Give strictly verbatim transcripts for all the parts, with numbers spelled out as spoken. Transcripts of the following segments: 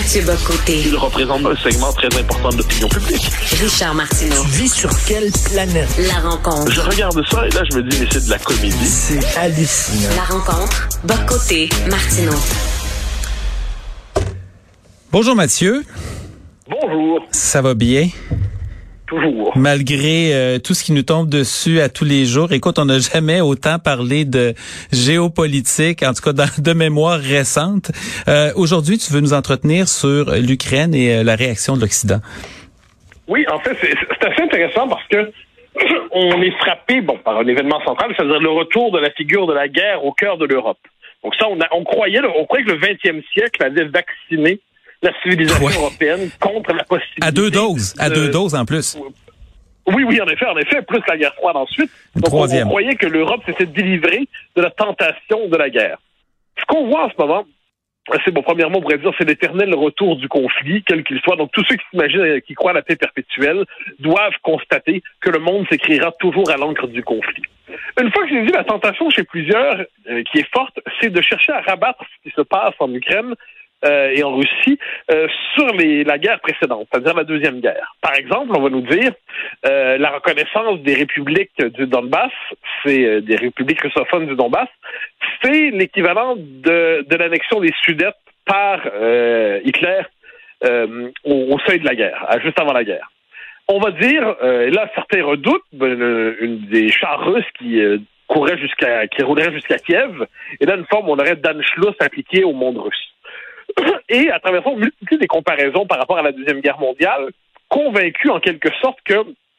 Mathieu Bock-Côté. Il représente un segment très important de l'opinion publique. Richard Martineau. Tu vis sur quelle planète? La rencontre. Je regarde ça et là, je me dis, mais c'est de la comédie. C'est hallucinant. La rencontre. Bock-Côté. Martineau. Bonjour Mathieu. Bonjour. Ça va bien? Toujours. Malgré euh, tout ce qui nous tombe dessus à tous les jours. Écoute, on n'a jamais autant parlé de géopolitique, en tout cas dans, de mémoire récente. Euh, aujourd'hui, tu veux nous entretenir sur l'Ukraine et euh, la réaction de l'Occident. Oui, en fait, c'est, c'est assez intéressant parce que on est frappé bon, par un événement central, c'est-à-dire le retour de la figure de la guerre au cœur de l'Europe. Donc ça, on, a, on croyait, on croyait que le vingtième siècle avait vacciné la civilisation ouais. européenne contre la possibilité... À deux doses, de... à deux doses en plus. Oui, oui, en effet, en effet, plus la guerre froide ensuite. Une Donc, troisième. On, on croyait que l'Europe s'était délivrée de la tentation de la guerre. Ce qu'on voit en ce moment, c'est bon, premièrement, on pourrait dire, c'est l'éternel retour du conflit, quel qu'il soit. Donc, tous ceux qui s'imaginent, qui croient à la paix perpétuelle, doivent constater que le monde s'écrira toujours à l'encre du conflit. Une fois que j'ai dit la tentation chez plusieurs, euh, qui est forte, c'est de chercher à rabattre ce qui se passe en Ukraine Euh, et en Russie, euh, sur les, la guerre précédente, c'est-à-dire la Deuxième Guerre. Par exemple, on va nous dire euh, la reconnaissance des républiques du Donbass, c'est euh, des républiques russophones du Donbass, c'est l'équivalent de, de l'annexion des Sudètes par euh, Hitler euh, au, au seuil de la guerre, à, juste avant la guerre. On va dire, euh, et là certains redoutent, une, une des chars russes qui euh, couraient jusqu'à, qui rouleraient jusqu'à Kiev, et là une forme on aurait d'Anschluss appliqué au monde russe. Et à travers ça, on multiplie des comparaisons par rapport à la Deuxième Guerre mondiale, convaincu en quelque sorte que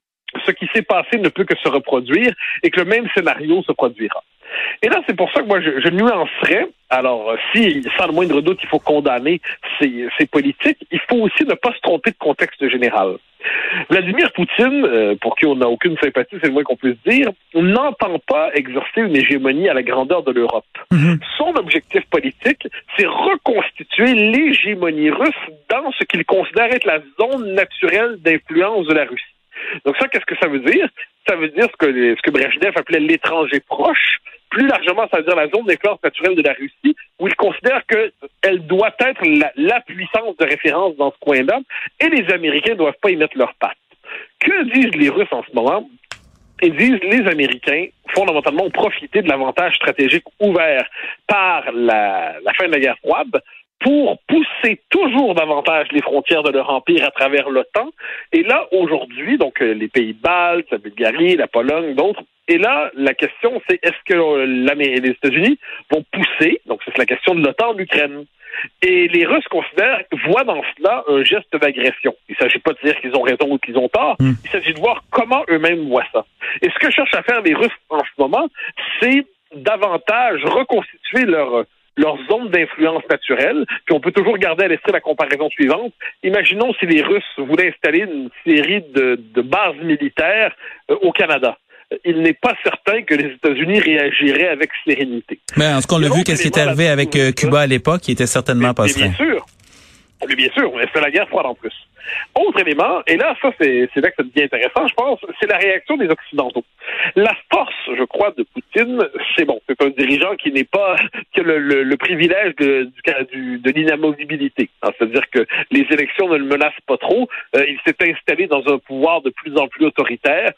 ce qui s'est passé ne peut que se reproduire et que le même scénario se produira. Et là, c'est pour ça que moi, je, je nuancerais. Alors, si, sans le moindre doute, il faut condamner ces, ces politiques, il faut aussi ne pas se tromper de contexte général. Vladimir Poutine, euh, pour qui on n'a aucune sympathie, c'est le moins qu'on puisse dire, n'entend pas exercer une hégémonie à la grandeur de l'Europe. Mm-hmm. Son objectif politique, c'est reconstituer l'hégémonie russe dans ce qu'il considère être la zone naturelle d'influence de la Russie. Donc ça, qu'est-ce que ça veut dire? Ça veut dire ce que, ce que Brejnev appelait l'étranger proche. Plus largement, ça veut dire la zone d'influence naturelle de la Russie, où il considère qu'elle doit être la, la puissance de référence dans ce coin-là, et les Américains ne doivent pas y mettre leurs pattes. Que disent les Russes en ce moment? Ils disent les Américains, fondamentalement, ont profité de l'avantage stratégique ouvert par la, la fin de la guerre froide pour pousser toujours davantage les frontières de leur empire à travers l'OTAN. Et là, aujourd'hui, donc les pays baltes, la Bulgarie, la Pologne, d'autres, et là, la question, c'est est-ce que les États-Unis vont pousser, donc c'est la question de l'OTAN en Ukraine. Et les Russes considèrent, voient dans cela un geste d'agression. Il ne s'agit pas de dire qu'ils ont raison ou qu'ils ont tort, mm. il s'agit de voir comment eux-mêmes voient ça. Et ce que cherchent à faire les Russes en ce moment, c'est davantage reconstituer leur... leur zone d'influence naturelle, puis on peut toujours garder à l'esprit la comparaison suivante. Imaginons si les Russes voulaient installer une série de, de bases militaires euh, au Canada. Il n'est pas certain que les États-Unis réagiraient avec sérénité. Mais en tout cas, on a vu qu'est-ce qui est arrivé avec euh, Cuba à l'époque, qui était certainement mais, pas serein. Bien sûr. Mais bien sûr, mais c'est la guerre froide en plus. Autre élément, et là, ça, c'est, c'est là que ça devient intéressant, je pense, c'est la réaction des Occidentaux. La force, je crois, de Poutine, c'est bon, c'est un dirigeant qui n'est pas, qui a le, le, le privilège de, du, de l'inamovibilité. Hein, c'est-à-dire que les élections ne le menacent pas trop. Euh, il s'est installé dans un pouvoir de plus en plus autoritaire,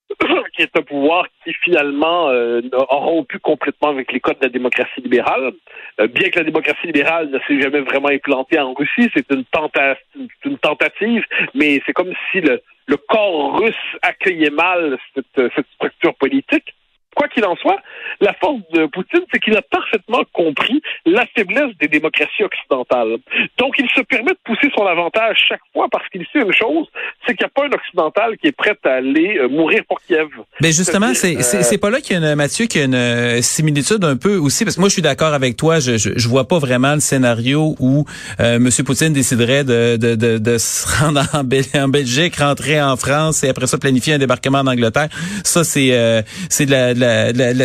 qui est un pouvoir qui finalement euh, a rompu complètement avec les codes de la démocratie libérale. Euh, bien que la démocratie libérale ne s'est jamais vraiment implantée en Russie, c'est une, tenta- une tentative, mais c'est comme si le, le corps russe accueillait mal cette, cette structure politique. Quoi qu'il en soit, la force de Poutine, c'est qu'il a parfaitement compris la faiblesse des démocraties occidentales. Donc, il se permet de pousser son avantage chaque fois parce qu'il sait une chose, c'est qu'il n'y a pas un occidental qui est prêt à aller euh, mourir pour Kiev. Ben justement, c'est, c'est, c'est pas là qu'il y a une, Mathieu, qu'il y a une euh, similitude un peu aussi, parce que moi, je suis d'accord avec toi, je, je, je vois pas vraiment le scénario où euh, M. Poutine déciderait de, de, de, de se rendre en, Bel- en Belgique, rentrer en France et après ça planifier un débarquement en Angleterre. Ça, c'est, euh, c'est de la, de la, de la, de la science,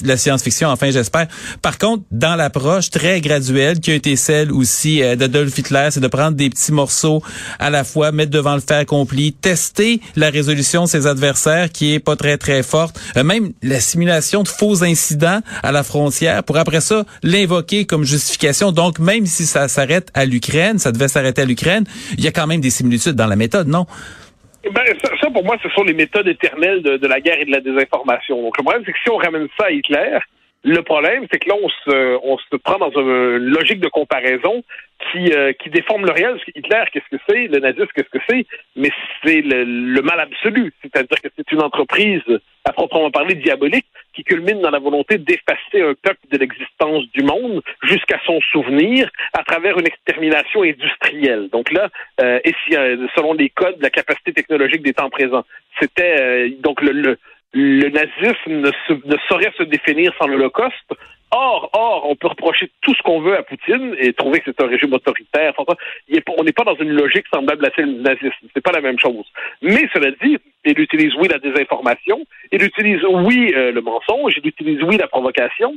la science-fiction, enfin j'espère. Par contre, dans l'approche très graduelle qui a été celle aussi euh, d'Adolf Hitler, c'est de prendre des petits morceaux à la fois, mettre devant le fait accompli, tester la résolution de ses adversaires qui est pas très très forte, euh, même la simulation de faux incidents à la frontière pour après ça l'invoquer comme justification. Donc même si ça s'arrête à l'Ukraine, ça devait s'arrêter à l'Ukraine, il y a quand même des similitudes dans la méthode, non? Ben, ça, ça, pour moi, ce sont les méthodes éternelles de, de la guerre et de la désinformation. Donc, le problème, c'est que si on ramène ça à Hitler, le problème, c'est que là, on se, on se prend dans une logique de comparaison qui, euh, qui déforme le réel. Parce que Hitler, qu'est-ce que c'est? Le nazisme, qu'est-ce que c'est? Mais c'est le, le mal absolu. C'est-à-dire que c'est une entreprise, à proprement parler, diabolique, qui culmine dans la volonté d'effacer un peuple de l'existence du monde jusqu'à son souvenir à travers une extermination industrielle. Donc là, euh, et si, euh, selon les codes de la capacité technologique des temps présents, c'était euh, donc le, le Le nazisme ne, se, ne saurait se définir sans l'Holocauste. Or, or, on peut reprocher tout ce qu'on veut à Poutine et trouver que c'est un régime autoritaire. Enfin, il est, on n'est pas dans une logique semblable à celle du nazisme. C'est pas la même chose. Mais cela dit, il utilise oui la désinformation, il utilise oui euh, le mensonge, il utilise oui la provocation.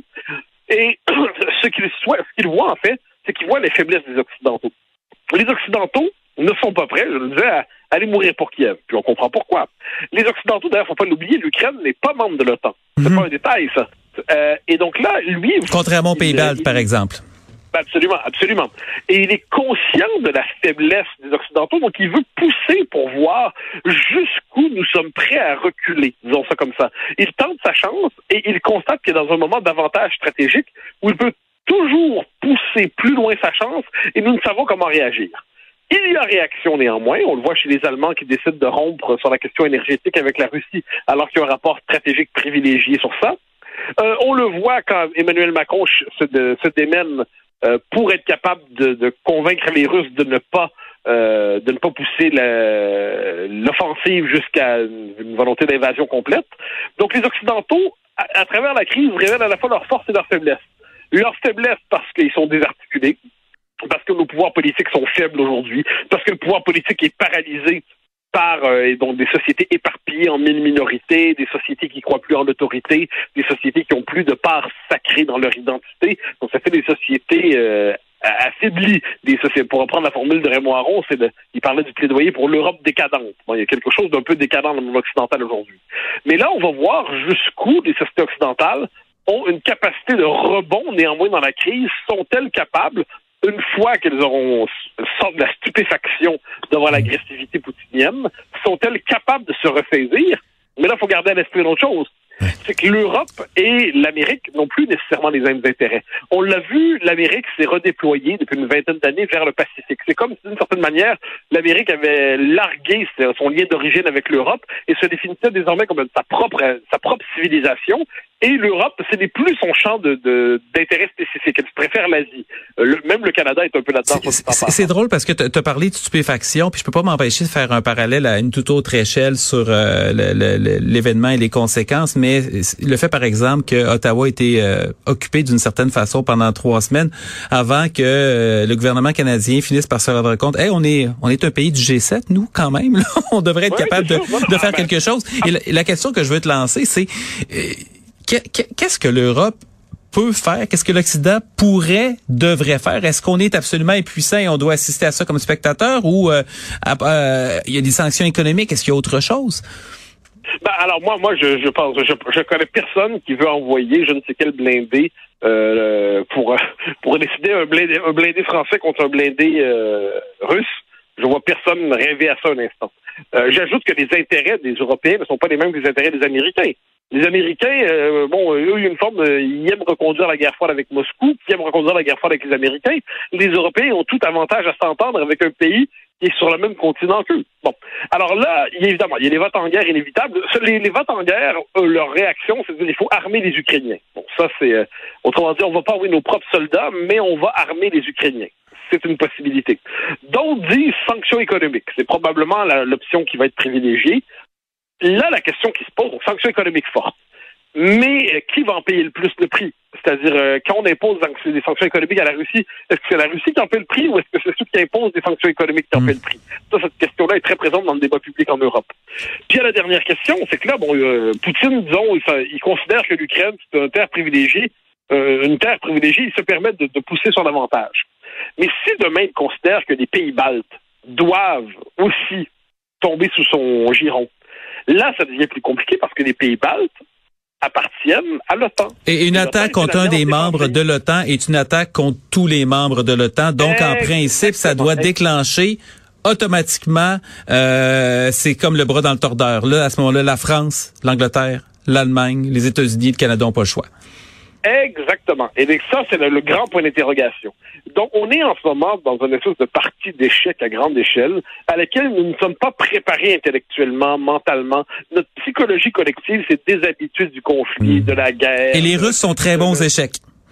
Et ce qu'il soit, ce qu'il voit en fait, c'est qu'il voit les faiblesses des Occidentaux. Les Occidentaux ne sont pas prêts, je le disais, à aller mourir pour Kiev. Puis on comprend pourquoi. Les Occidentaux, d'ailleurs, faut pas l'oublier, l'Ukraine n'est pas membre de l'OTAN. C'est mm-hmm. pas un détail, ça. Euh, et donc là, lui... Contrairement aux Pays-Bas, par exemple. Absolument, absolument. Et il est conscient de la faiblesse des Occidentaux, donc il veut pousser pour voir jusqu'où nous sommes prêts à reculer, disons ça comme ça. Il tente sa chance et il constate qu'il est dans un moment d'avantage stratégique où il peut toujours pousser plus loin sa chance et nous ne savons comment réagir. Il y a réaction néanmoins. On le voit chez les Allemands qui décident de rompre sur la question énergétique avec la Russie alors qu'il y a un rapport stratégique privilégié sur ça. Euh, on le voit quand Emmanuel Macron se, de, se démène euh, pour être capable de, de convaincre les Russes de ne pas euh, de ne pas pousser la, l'offensive jusqu'à une, une volonté d'invasion complète. Donc les Occidentaux, à, à travers la crise, révèlent à la fois leur force et leur faiblesse. Leur faiblesse parce qu'ils sont désarticulés, parce que nos pouvoirs politiques sont faibles aujourd'hui, parce que le pouvoir politique est paralysé par euh, donc des sociétés éparpillées en mille minorités, des sociétés qui croient plus en l'autorité, des sociétés qui ont plus de part sacrée dans leur identité. Donc ça fait des sociétés euh, affaiblies. Des sociétés, pour reprendre la formule de Raymond Aron, c'est de, il parlait du plaidoyer pour l'Europe décadente. Bon, il y a quelque chose d'un peu décadent dans le monde occidental aujourd'hui. Mais là, on va voir jusqu'où les sociétés occidentales ont une capacité de rebond néanmoins dans la crise. Sont-elles capables, une fois qu'elles auront sorti de la stupéfaction devant l'agressivité poutinienne, sont-elles capables de se ressaisir? Mais là, il faut garder à l'esprit une autre chose. C'est que l'Europe et l'Amérique n'ont plus nécessairement les mêmes intérêts. On l'a vu, l'Amérique s'est redéployée depuis une vingtaine d'années vers le Pacifique. C'est comme si, d'une certaine manière, l'Amérique avait largué son lien d'origine avec l'Europe et se définissait désormais comme sa propre, sa propre civilisation. Et l'Europe, ce n'est plus son champ de, de, d'intérêt spécifique. Elle préfère l'Asie. Le, même le Canada est un peu là-dedans. C'est, c'est, c'est drôle parce que tu as parlé de stupéfaction, puis je peux pas m'empêcher de faire un parallèle à une toute autre échelle sur euh, le, le, l'événement et les conséquences. Mais le fait, par exemple, que Ottawa ait été euh, occupé d'une certaine façon pendant trois semaines avant que euh, le gouvernement canadien finisse par se rendre compte, hey, on est on est un pays du G sept, nous, quand même. Là. On devrait être oui, capable de, de faire quelque chose. Et la, la question que je veux te lancer, c'est euh, qu'est-ce que l'Europe peut faire? Qu'est-ce que l'Occident pourrait, devrait faire? Est-ce qu'on est absolument impuissant et on doit assister à ça comme spectateur ou euh, euh, il y a des sanctions économiques? Est-ce qu'il y a autre chose? Ben, alors moi, moi, je, je pense, je, je connais personne qui veut envoyer je ne sais quel blindé euh, pour pour décider un blindé, un blindé français contre un blindé euh, russe. Je vois personne rêver à ça un instant. Euh, j'ajoute que les intérêts des Européens ne sont pas les mêmes que les intérêts des Américains. Les Américains, euh, bon, eux, il y a une forme, de, ils aiment reconduire la guerre froide avec Moscou, puis ils aiment reconduire la guerre froide avec les Américains. Les Européens ont tout avantage à s'entendre avec un pays qui est sur le même continent qu'eux. Bon. Alors là, il y a évidemment, il y a les votes en guerre inévitables. Les, les votes en guerre, eux, leur réaction, c'est de dire il faut armer les Ukrainiens. Bon, ça, c'est, euh, autrement dit, on va pas envoyer nos propres soldats, mais on va armer les Ukrainiens. C'est une possibilité. D'autres disent sanctions économiques. C'est probablement la, l'option qui va être privilégiée. Là, la question qui se pose, sanctions économiques fortes. Mais euh, qui va en payer le plus le prix? C'est-à-dire, euh, quand on impose des sanctions économiques à la Russie, est-ce que c'est la Russie qui en paie le prix ou est-ce que c'est ceux qui imposent des sanctions économiques qui en mmh. paient le prix? Ça, cette question-là est très présente dans le débat public en Europe. Puis à la dernière question, c'est que là, bon, euh, Poutine, disons, il, il considère que l'Ukraine, c'est une terre privilégiée, euh, une terre privilégiée, il se permet de, de pousser son avantage. Mais si demain il considère que les pays baltes doivent aussi tomber sous son giron, là, ça devient plus compliqué parce que les pays baltes appartiennent à l'OTAN. Et une attaque contre un des membres de l'OTAN est une attaque contre tous les membres de l'OTAN. Donc, Exactement. en principe, ça doit déclencher automatiquement, euh, c'est comme le bras dans le tordeur. Là, à ce moment-là, la France, l'Angleterre, l'Allemagne, les États-Unis, le Canada n'ont pas le choix. Exactement. Et donc ça, c'est le, le grand point d'interrogation. Donc, on est en ce moment dans une espèce de partie d'échec à grande échelle à laquelle nous ne sommes pas préparés intellectuellement, mentalement. Notre psychologie collective s'est déshabituée du conflit, mmh. de la guerre. Et les Russes sont très bons échecs.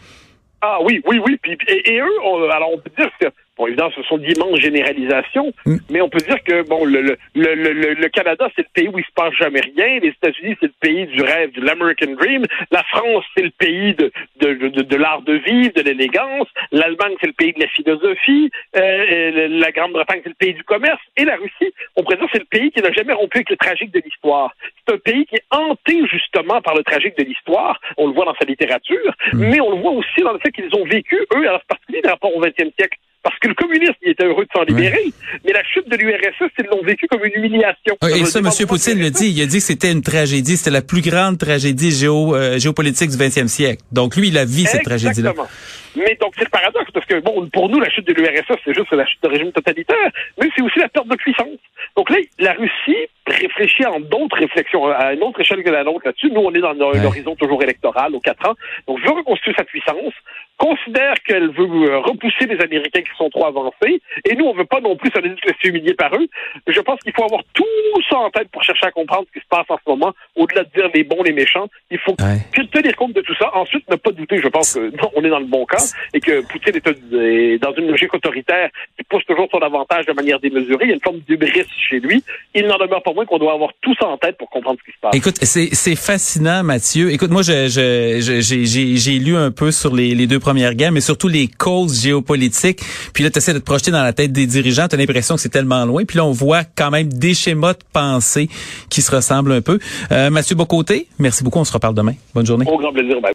Ah oui, oui, oui. Puis, et, et eux, on, alors on peut dire que, bon, évidemment, ce sont d'immenses généralisations, mm. mais on peut dire que, bon, le, le, le, le, le Canada, c'est le pays où il se passe jamais rien. Les États-Unis, c'est le pays du rêve, de l'American Dream. La France, c'est le pays de, de, de, de l'art de vivre, de l'élégance. L'Allemagne, c'est le pays de la philosophie. Euh, la Grande-Bretagne, c'est le pays du commerce. Et la Russie, on pourrait dire, c'est le pays qui n'a jamais rompu avec le tragique de l'histoire. C'est un pays qui est hanté, justement, par le tragique de l'histoire. On le voit dans sa littérature, mm. mais on le voit aussi dans le fait qu'ils ont vécu, eux, alors particulier par rapport au vingtième siècle. Parce que le communisme, il était heureux de s'en libérer, ouais. mais la chute de l'U R S S, ils l'ont vécu comme une humiliation. Et ça, M. Poutine le dit, il a dit que c'était une tragédie, c'était la plus grande tragédie géo, euh, géopolitique du vingtième siècle. Donc lui, il a vécu cette tragédie-là. Exactement. Mais donc, c'est le paradoxe, parce que, bon, pour nous, la chute de l'U R S S, c'est juste la chute de régime totalitaire, mais c'est aussi la perte de puissance. Donc là, la Russie réfléchit en d'autres réflexions, à une autre échelle que la nôtre là-dessus. Nous, on est dans un ouais. horizon toujours électoral, aux quatre ans. Donc, veut reconstruire sa puissance, considère qu'elle veut repousser les Américains qui sont trop avancés, et nous, on veut pas non plus se laisser humilier par eux. Je pense qu'il faut avoir tout ça en tête pour chercher à comprendre ce qui se passe en ce moment, au-delà de dire les bons, les méchants. Il faut ouais. tenir compte de tout ça. Ensuite, ne pas douter, je pense que non, on est dans le bon cas, et que Poutine est dans une logique autoritaire qui pousse toujours son avantage de manière démesurée. Il y a une forme d'hubris chez lui. Il n'en demeure pas moins qu'on doit avoir tout ça en tête pour comprendre ce qui se passe. Écoute, c'est, c'est fascinant, Mathieu. Écoute, moi, je, je, je, j'ai, j'ai, j'ai lu un peu sur les, les deux premières guerres, mais surtout les causes géopolitiques. Puis là, tu essaies de te projeter dans la tête des dirigeants. Tu as l'impression que c'est tellement loin. Puis là, on voit quand même des schémas de pensée qui se ressemblent un peu. Euh, Mathieu Bocoté, merci beaucoup. On se reparle demain. Bonne journée. Au grand plaisir. Bye.